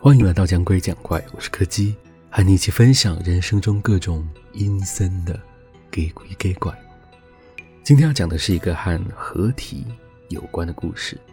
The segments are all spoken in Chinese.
欢迎来到讲鬼讲怪，我是柯基，和你一起分享人生中各种阴森的给鬼给怪。今天要讲的是一个和合体有关的故事。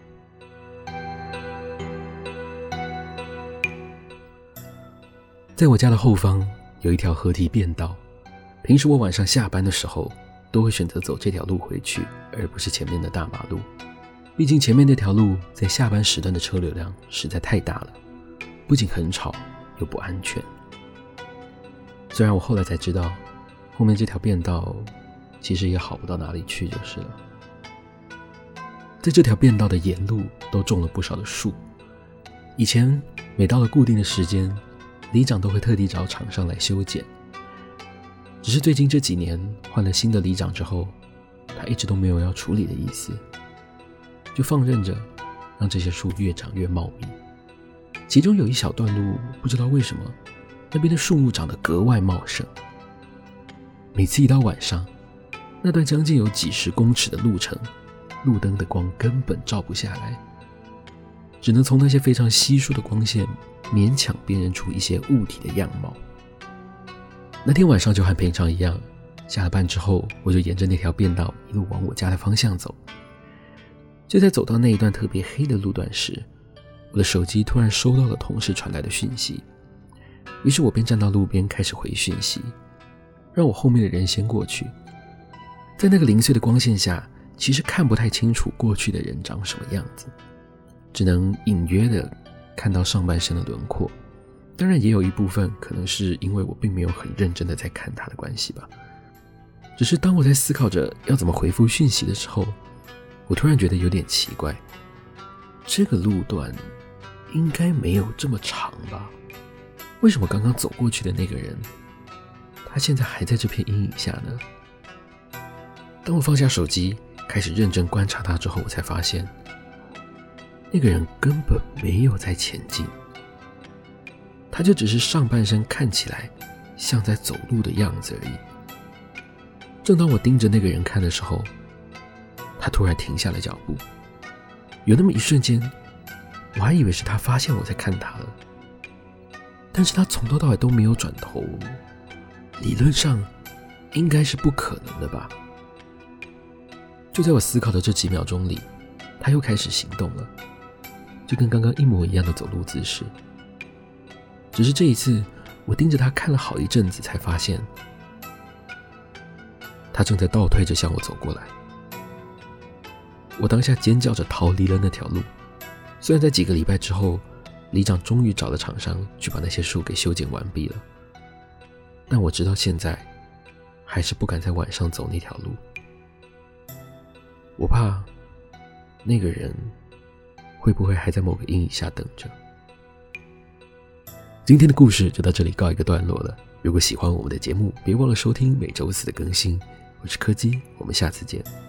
在我家的后方有一条合体便道，平时我晚上下班的时候都会选择走这条路回去，而不是前面的大马路。毕竟前面那条路在下班时段的车流量实在太大了，不仅很吵又不安全。虽然我后来才知道，后面这条便道其实也好不到哪里去就是了。在这条便道的沿路都种了不少的树，以前每到了固定的时间，里长都会特地找厂商来修剪。只是最近这几年换了新的里长之后，他一直都没有要处理的意思，就放任着让这些树越长越茂密。其中有一小段路，不知道为什么那边的树木长得格外茂盛。每次一到晚上，那段将近有几十公尺的路程，路灯的光根本照不下来，只能从那些非常稀疏的光线勉强辨认出一些物体的样貌。那天晚上就和平常一样，下了班之后，我就沿着那条便道一路往我家的方向走。就在走到那一段特别黑的路段时，我的手机突然收到了同事传来的讯息，于是我便站到路边开始回讯息，让我后面的人先过去。在那个零碎的光线下，其实看不太清楚过去的人长什么样子，只能隐约的看到上半身的轮廓。当然也有一部分可能是因为我并没有很认真的在看他的关系吧。只是当我在思考着要怎么回复讯息的时候，我突然觉得有点奇怪，这个路段应该没有这么长吧？为什么刚刚走过去的那个人，他现在还在这片阴影下呢？当我放下手机，开始认真观察他之后，我才发现，那个人根本没有在前进，他就只是上半身看起来像在走路的样子而已。正当我盯着那个人看的时候，他突然停下了脚步。有那么一瞬间，我还以为是他发现我在看他了，但是他从头到尾都没有转头，理论上应该是不可能的吧。就在我思考的这几秒钟里，他又开始行动了，就跟刚刚一模一样的走路姿势。只是这一次，我盯着他看了好一阵子，才发现他正在倒退着向我走过来。我当下尖叫着逃离了那条路。虽然在几个礼拜之后，里长终于找了厂商去把那些树给修剪完毕了，但我直到现在还是不敢在晚上走那条路。我怕那个人会不会还在某个阴影下等着。今天的故事就到这里告一个段落了。如果喜欢我们的节目，别忘了收听每周四的更新。我是柯基，我们下次见。